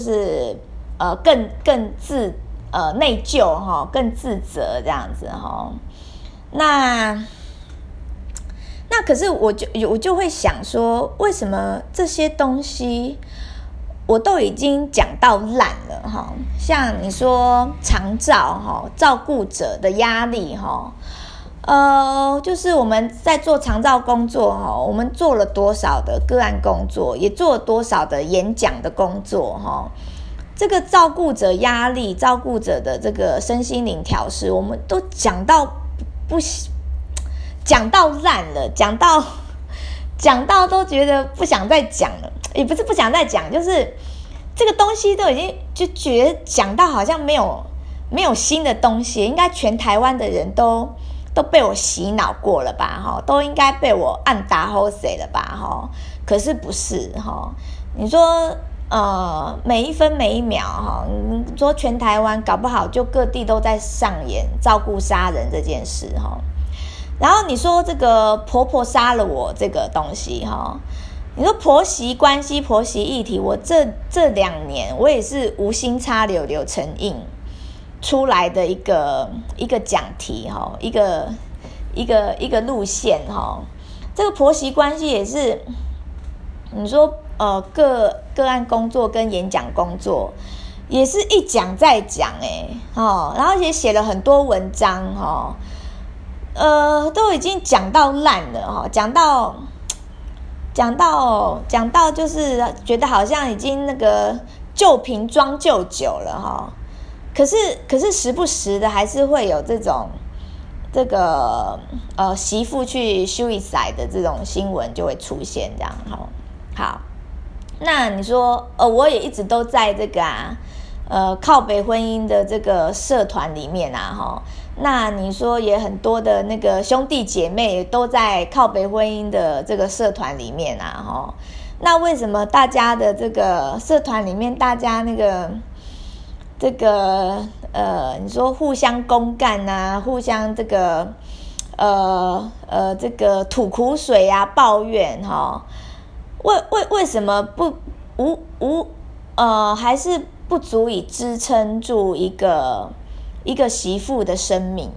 呃，更更自呃内疚哈，更自责这样子哈。那那可是我就我就会想说，为什么这些东西我都已经讲到烂了哈？像你说长照哈，照顾者的压力哈，呃，就是我们在做长照工作哈，我们做了多少的个案工作，也做了多少的演讲的工作哈。这个照顾者压力，照顾者的这个身心灵调试，我们都讲到不讲到烂了，讲到讲到都觉得不想再讲了，也不是不想再讲，就是这个东西都已经就觉得讲到好像没有没有新的东西，应该全台湾的人都都被我洗脑过了吧，哈，都应该被我按打后谁了吧，哈，可是不是哈，你说。呃，每一分每一秒哈，你说全台湾搞不好就各地都在上演照顾杀人这件事哈。然后你说这个婆婆杀了我这个东西哈，你说婆媳关系、婆媳议题，我这这两年我也是无心插柳柳成荫出来的一个一个讲题哈，一个一个一个路线哈。这个婆媳关系也是，你说。呃，个个案工作跟演讲工作，也是一讲再讲哎，哦，然后也写了很多文章哦，呃，都已经讲到烂了哈、哦，讲到讲到讲到就是觉得好像已经那个旧瓶装旧酒了哈、哦，可是可是时不时的还是会有这种这个呃媳妇去修一塞的这种新闻就会出现这样哈、哦，好。那你说，呃，我也一直都在这个啊，呃，靠北婚姻的这个社团里面啊，哈。那你说也很多的那个兄弟姐妹都在靠北婚姻的这个社团里面啊，哈。那为什么大家的这个社团里面，大家那个这个呃，你说互相公干啊，互相这个呃呃这个吐苦水啊，抱怨哈？为为为什么不无无呃还是不足以支撑住一个一个媳妇的生命？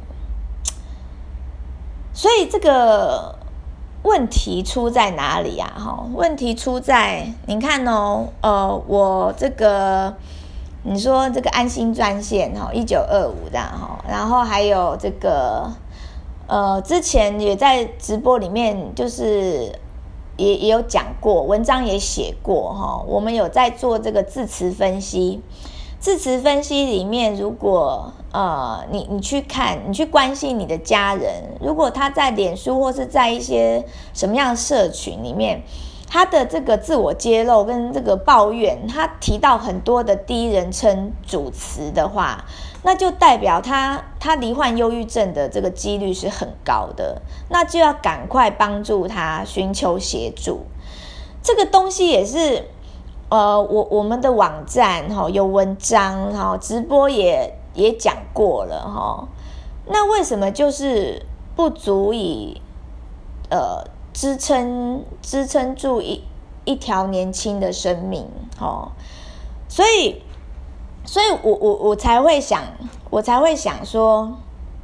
所以这个问题出在哪里啊？哈，问题出在你看哦，呃，我这个你说这个安心专线哈，一九二五这样哈，然后还有这个呃，之前也在直播里面就是也也有讲过，文章也写过哈，我们有在做这个字词分析。字词分析里面，如果呃你你去看，你去关心你的家人，如果他在脸书或是在一些什么样的社群里面，他的这个自我揭露跟这个抱怨，他提到很多的第一人称主词的话，那就代表他他罹患忧郁症的这个几率是很高的，那就要赶快帮助他寻求协助。这个东西也是。呃，我我们的网站哈、哦、有文章哈、哦，直播也也讲过了哈、哦。那为什么就是不足以呃支撑支撑住一一条年轻的生命哦？所以，所以我我我才会想，我才会想说，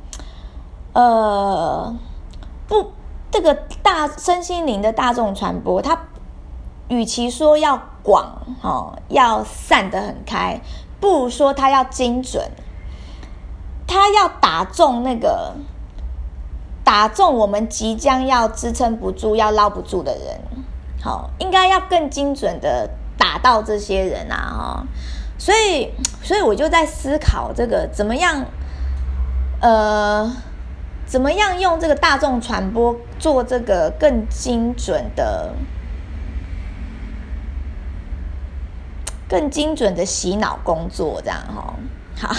呃，不，这个大身心灵的大众传播，它与其说要广哦，要散得很开，不如说它要精准，它要打中那个打中我们即将要支撑不住、要捞不住的人，好、哦，应该要更精准的打到这些人啊，哈、哦，所以，所以我就在思考这个怎么样，呃，怎么样用这个大众传播做这个更精准的。更精准的洗脑工作，这样哈、哦，好，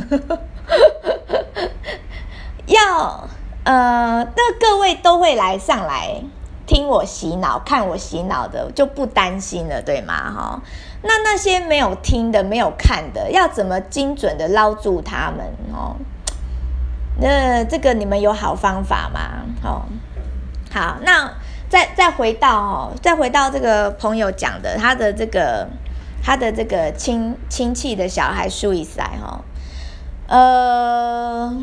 要呃，那各位都会来上来听我洗脑、看我洗脑的，就不担心了，对吗？哈、哦，那那些没有听的、没有看的，要怎么精准的捞住他们？哦，那这个你们有好方法吗？哦，好，那再再回到哦，再回到这个朋友讲的，他的这个。他的这个亲亲戚的小孩suicide哈，呃，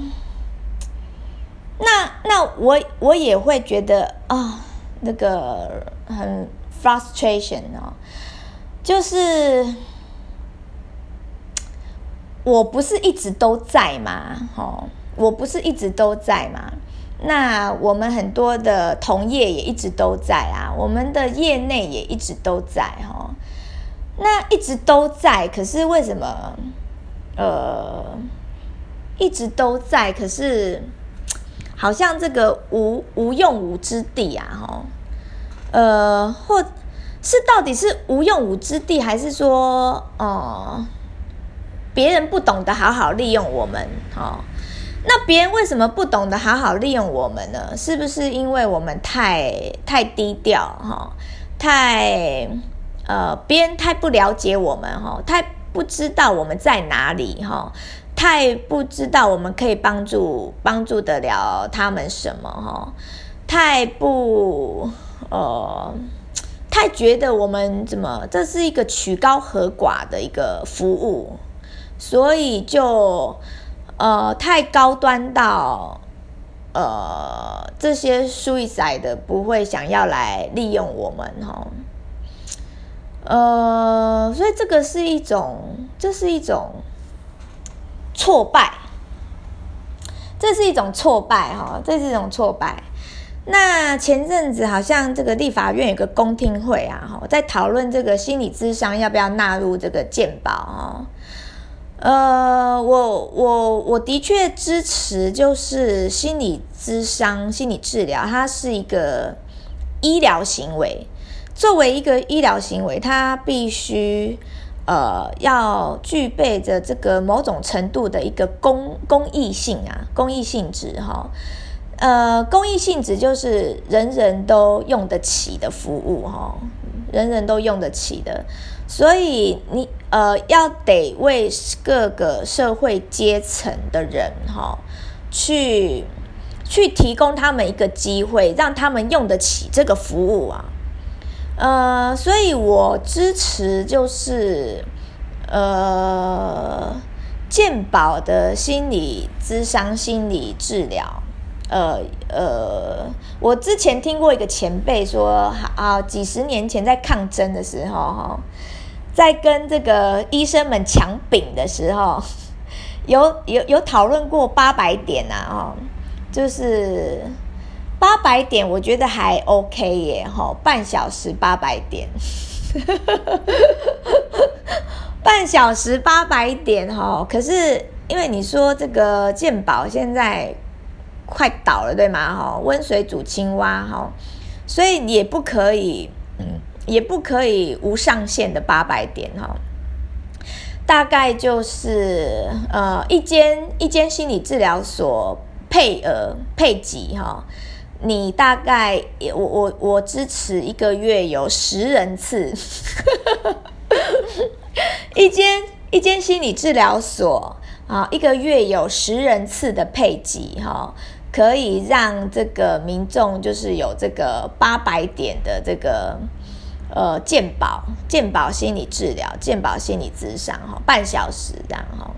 那那我我也会觉得啊、哦，那个很 frustration 哦，就是我不是一直都在嘛，哦，我不是一直都在嘛，那我们很多的同业也一直都在啊，我们的业内也一直都在哈、哦。那一直都在，可是为什么？呃，一直都在，可是好像这个无无用武之地啊，哈，呃，或是到底是无用武之地，还是说，哦、呃，别人不懂得好好利用我们，哦？那别人为什么不懂得好好利用我们呢？是不是因为我们太太低调，哈、哦，太？呃，别人太不了解我们哈，太不知道我们在哪里哈，太不知道我们可以帮助帮助得了他们什么哈，太不呃，太觉得我们怎么这是一个曲高和寡的一个服务，所以就呃太高端到呃这些suicide的不会想要来利用我们哈。呃，所以这个是一种，这是一种挫败，这是一种挫败哈，这是一种挫败。那前阵子好像这个立法院有个公听会啊，在讨论这个心理咨商要不要纳入这个健保哈。呃，我我我的确支持，就是心理咨商、心理治疗，它是一个医疗行为。作为一个医疗行为，它必须呃要具备着这个某种程度的一个公公益性啊，公益性质哈。呃，公益性质就是人人都用得起的服务哈，人人都用得起的，所以你呃要得为各个社会阶层的人哈去去提供他们一个机会，让他们用得起这个服务啊。呃，所以我支持就是呃健保的心理咨商、心理治疗。呃呃，我之前听过一个前辈说，啊，几十年前在抗争的时候，哈， 在跟这个医生们抢饼的时候，有有有讨论过八百点啊，哦，就是八百点，我觉得还 OK 耶，哈，半小时八百点，半小时八百点哈，可是因为你说这个健保现在快倒了，对吗？哈，温水煮青蛙哈，所以也不可以，嗯，也不可以无上限的八百点哈。大概就是呃一间一间心理治疗所配额配给哈，你大概我我我支持一个月有十人次，一间一间心理治疗所啊，一个月有十人次的配给哈，可以让这个民众就是有这个八百点的这个。呃，健保健保心理治疗，健保心理咨商哈，半小时这样哈。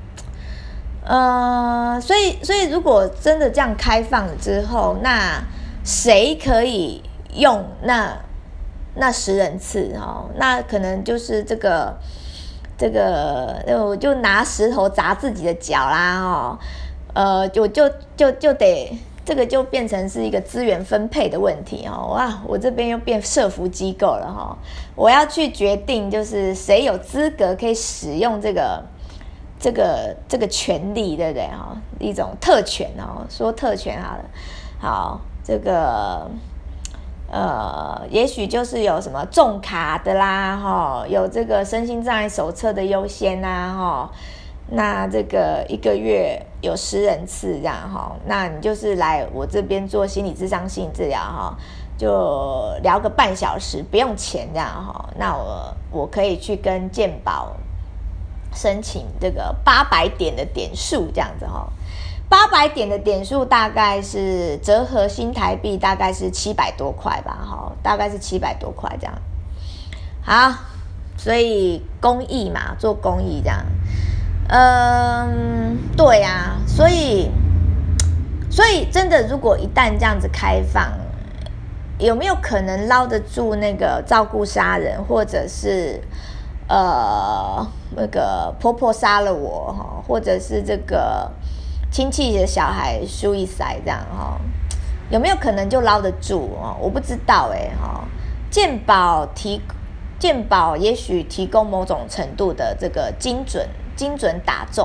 呃，所以所以如果真的这样开放了之后，那谁可以用那那十人次哈？那可能就是这个这个，我就拿石头砸自己的脚啦哈。呃，就就就就得。这个就变成是一个资源分配的问题哦，哇，我这边又变社福机构了哈，我要去决定就是谁有资格可以使用这个这个这个权利，对不对哈？一种特权哦，说特权好了，好，这个呃，也许就是有什么重卡的啦哈，有这个身心障碍手册的优先啦哈。那这个一个月有十人次这样哈，那你就是来我这边做心理咨商、心理治疗哈，就聊个半小时，不用钱这样哈。那我我可以去跟健保申请这个八百点的点数这样子哈，八百点的点数大概是折合新台币大概是七百多块吧哈，大概是七百多块这样。好，所以公益嘛，做公益这样。嗯，对啊，所以，所以真的，如果一旦这样子开放，有没有可能捞得住那个照顾杀人，或者是呃那个婆婆杀了我哈，或者是这个亲戚的小孩suicide这样哈，有没有可能就捞得住哦？我不知道哎哈，健保提健保也许提供某种程度的这个精准。精准打中，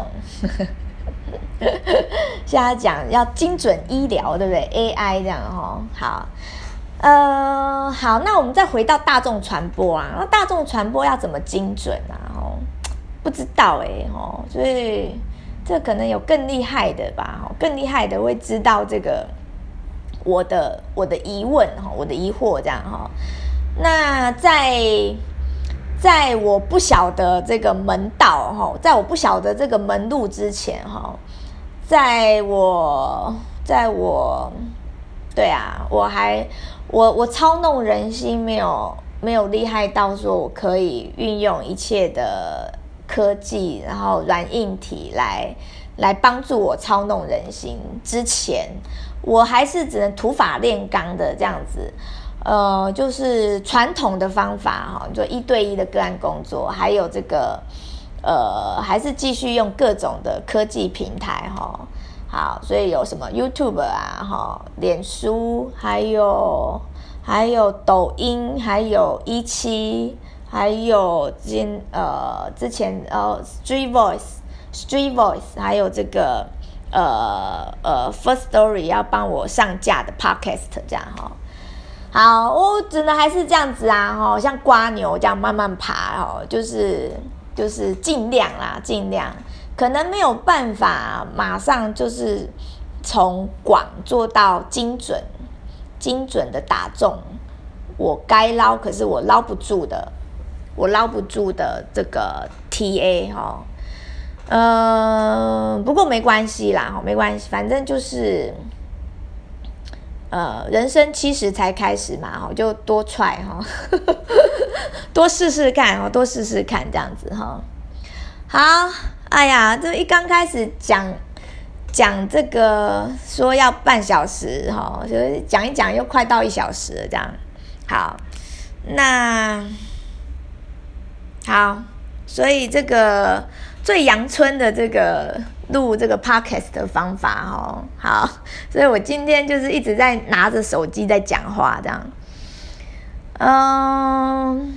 现在讲要精准医疗，对不对 ？A I 这样哈，好，呃，好，那我们再回到大众传播啊，那大众传播要怎么精准啊？哦，不知道哎、欸，哦，所以这可能有更厉害的吧，更厉害的会知道这个我的我的疑问哈，我的疑惑这样哈，那在。在我不晓得这个门道哈，在我不晓得这个门路之前哈，在我，在我，对啊，我还我我操弄人心没有没有厉害到说我可以运用一切的科技，然后软硬体来来帮助我操弄人心之前，我还是只能土法炼钢的这样子。呃，就是传统的方法哈，就一对一的个案工作，还有这个呃，还是继续用各种的科技平台哈。好，所以有什么 YouTube 啊，哈，脸书，还有还有抖音，还有一期，还有今呃之前呃 Street Voice，Street Voice， 还有这个呃呃 First Story 要帮我上架的 Podcast 这样哈。好，我只能还是这样子啊，哈，像蝸牛这样慢慢爬，哈，就是就是尽量啦，尽量，可能没有办法马上就是从广做到精准，精准的打中我该捞，可是我捞不住的，我捞不住的这个 T A 哈，呃，不过没关系啦，没关系，反正就是。呃，人生七十才开始嘛，就多try哈，多试试看哦，多试试看这样子哈。好，哎呀，这一刚开始讲讲这个说要半小时哈，就是讲一讲又快到一小时了这样。好，那好，所以这个最阳春的这个录这个 podcast 的方法哦，好，所以我今天就是一直在拿着手机在讲话这样，嗯，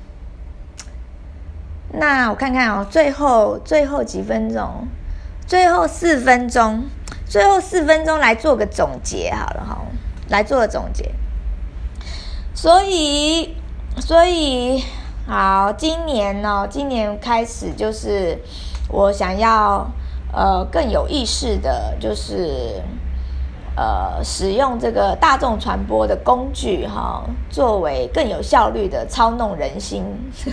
那我看看哦，最后最后几分钟，最后四分钟，最后四分钟来做个总结好了哈，来做个总结，所以所以。好，今年呢、哦，今年开始就是我想要呃更有意识的，就是呃使用这个大众传播的工具哈、哦，作为更有效率的操弄人心、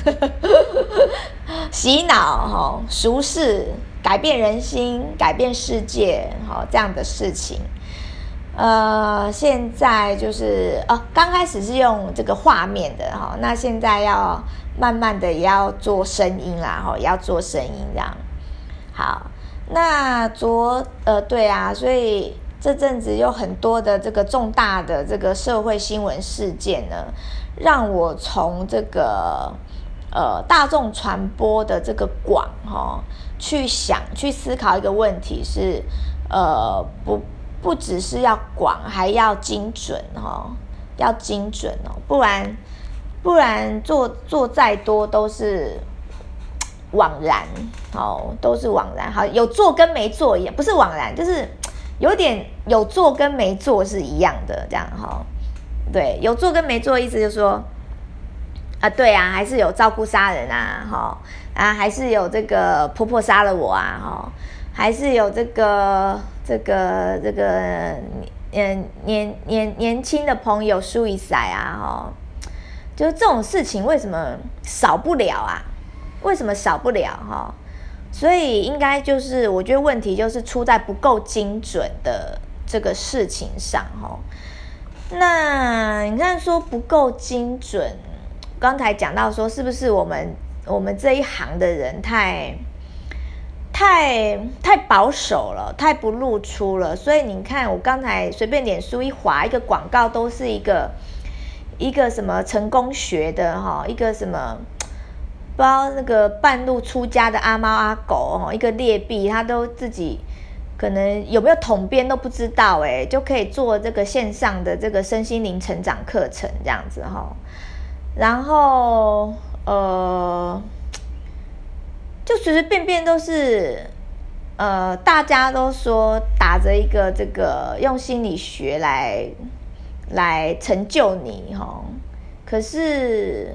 洗脑哈、哦、熟视、改变人心、改变世界哈、哦、这样的事情。呃，现在就是呃，刚开始是用这个画面的哈、哦，那现在要慢慢的也要做声音啦，哈、哦，也要做声音这样。好，那昨呃对啊，所以这阵子有很多的这个重大的这个社会新闻事件呢，让我从这个呃大众传播的这个广哈、哦，去想去思考一个问题是呃不。不只是要广，还要精准哦，要精准哦，不然不然做做再多都是枉然哦，都是枉然。好，有做跟没做一样，不是枉然，就是有点有做跟没做是一样的，这样哈、哦。对，有做跟没做的意思就是说啊，对啊，还是有照顾杀人啊，哈、哦、啊，还是有这个婆婆杀了我啊，哈、哦，还是有这个。这个这个嗯年年年轻的朋友suicide啊，哈，就是这种事情为什么少不了啊？为什么少不了哈？所以应该就是我觉得问题就是出在不够精准的这个事情上哈。那你看说不够精准，刚才讲到说是不是我们我们这一行的人太？太太保守了，太不露出了，所以你看，我刚才随便脸书一滑，一个广告都是一个一个什么成功学的哈，一个什么不知道那个半路出家的阿猫阿狗哈，一个劣币，他都自己可能有没有统编都不知道哎，就可以做这个线上的这个身心灵成长课程这样子哈，然后呃。就随随便便都是，呃，大家都说打着一个这个用心理学来来成就你哈，可是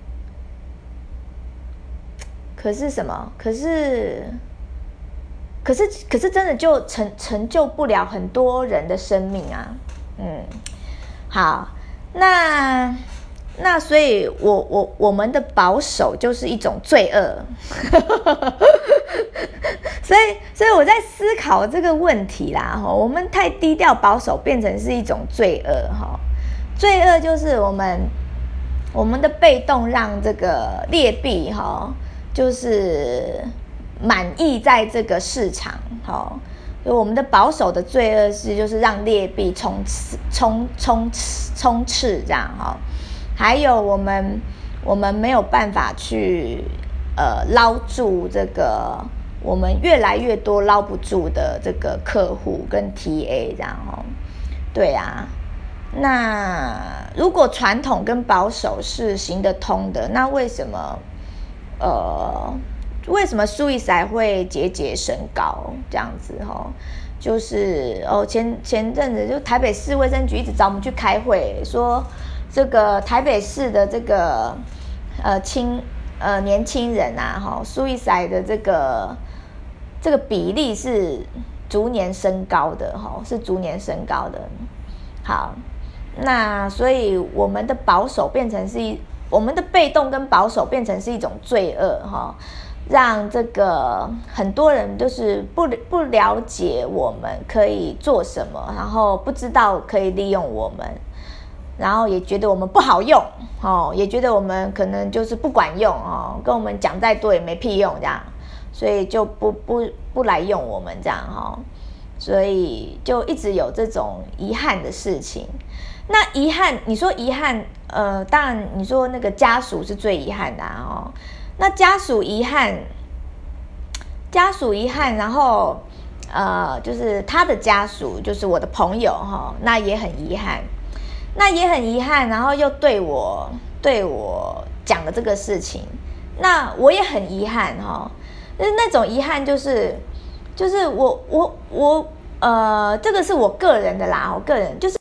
可是什么？可是可是可是真的就成成就不了很多人的生命啊，嗯，好，那。那所以我我我们的保守就是一种罪恶所以所以我在思考这个问题啦，我们太低调保守变成是一种罪恶，罪恶就是我们我们的被动让这个劣币就是满溢在这个市场，我们的保守的罪恶是就是让劣币充斥充充充斥这样哈。还有我们，我们没有办法去呃捞住这个我们越来越多捞不住的这个客户跟 T A 这样哦，对啊。那如果传统跟保守是行得通的，那为什么呃为什么suicide会节节升高这样子哦？就是哦前前阵子就台北市卫生局一直找我们去开会说。这个台北市的这个呃青呃年轻人啊，哈，suicide的这个这个比例是逐年升高的，哈，是逐年升高的。好，那所以我们的保守变成是一，我们的被动跟保守变成是一种罪恶，哈，让这个很多人就是不不了解我们可以做什么，然后不知道可以利用我们。然后也觉得我们不好用哦，也觉得我们可能就是不管用哦，跟我们讲再多也没屁用这样，所以就不不不来用我们这样哈、哦，所以就一直有这种遗憾的事情。那遗憾，你说遗憾，呃，当然你说那个家属是最遗憾的啊、哦。 那家属遗憾，家属遗憾，然后呃，就是他的家属，就是我的朋友哈，那也很遗憾，那也很遗憾，然后又对我对我讲了这个事情，那我也很遗憾哈，那那种遗憾就是就是我我我呃，这个是我个人的啦，我个人就是。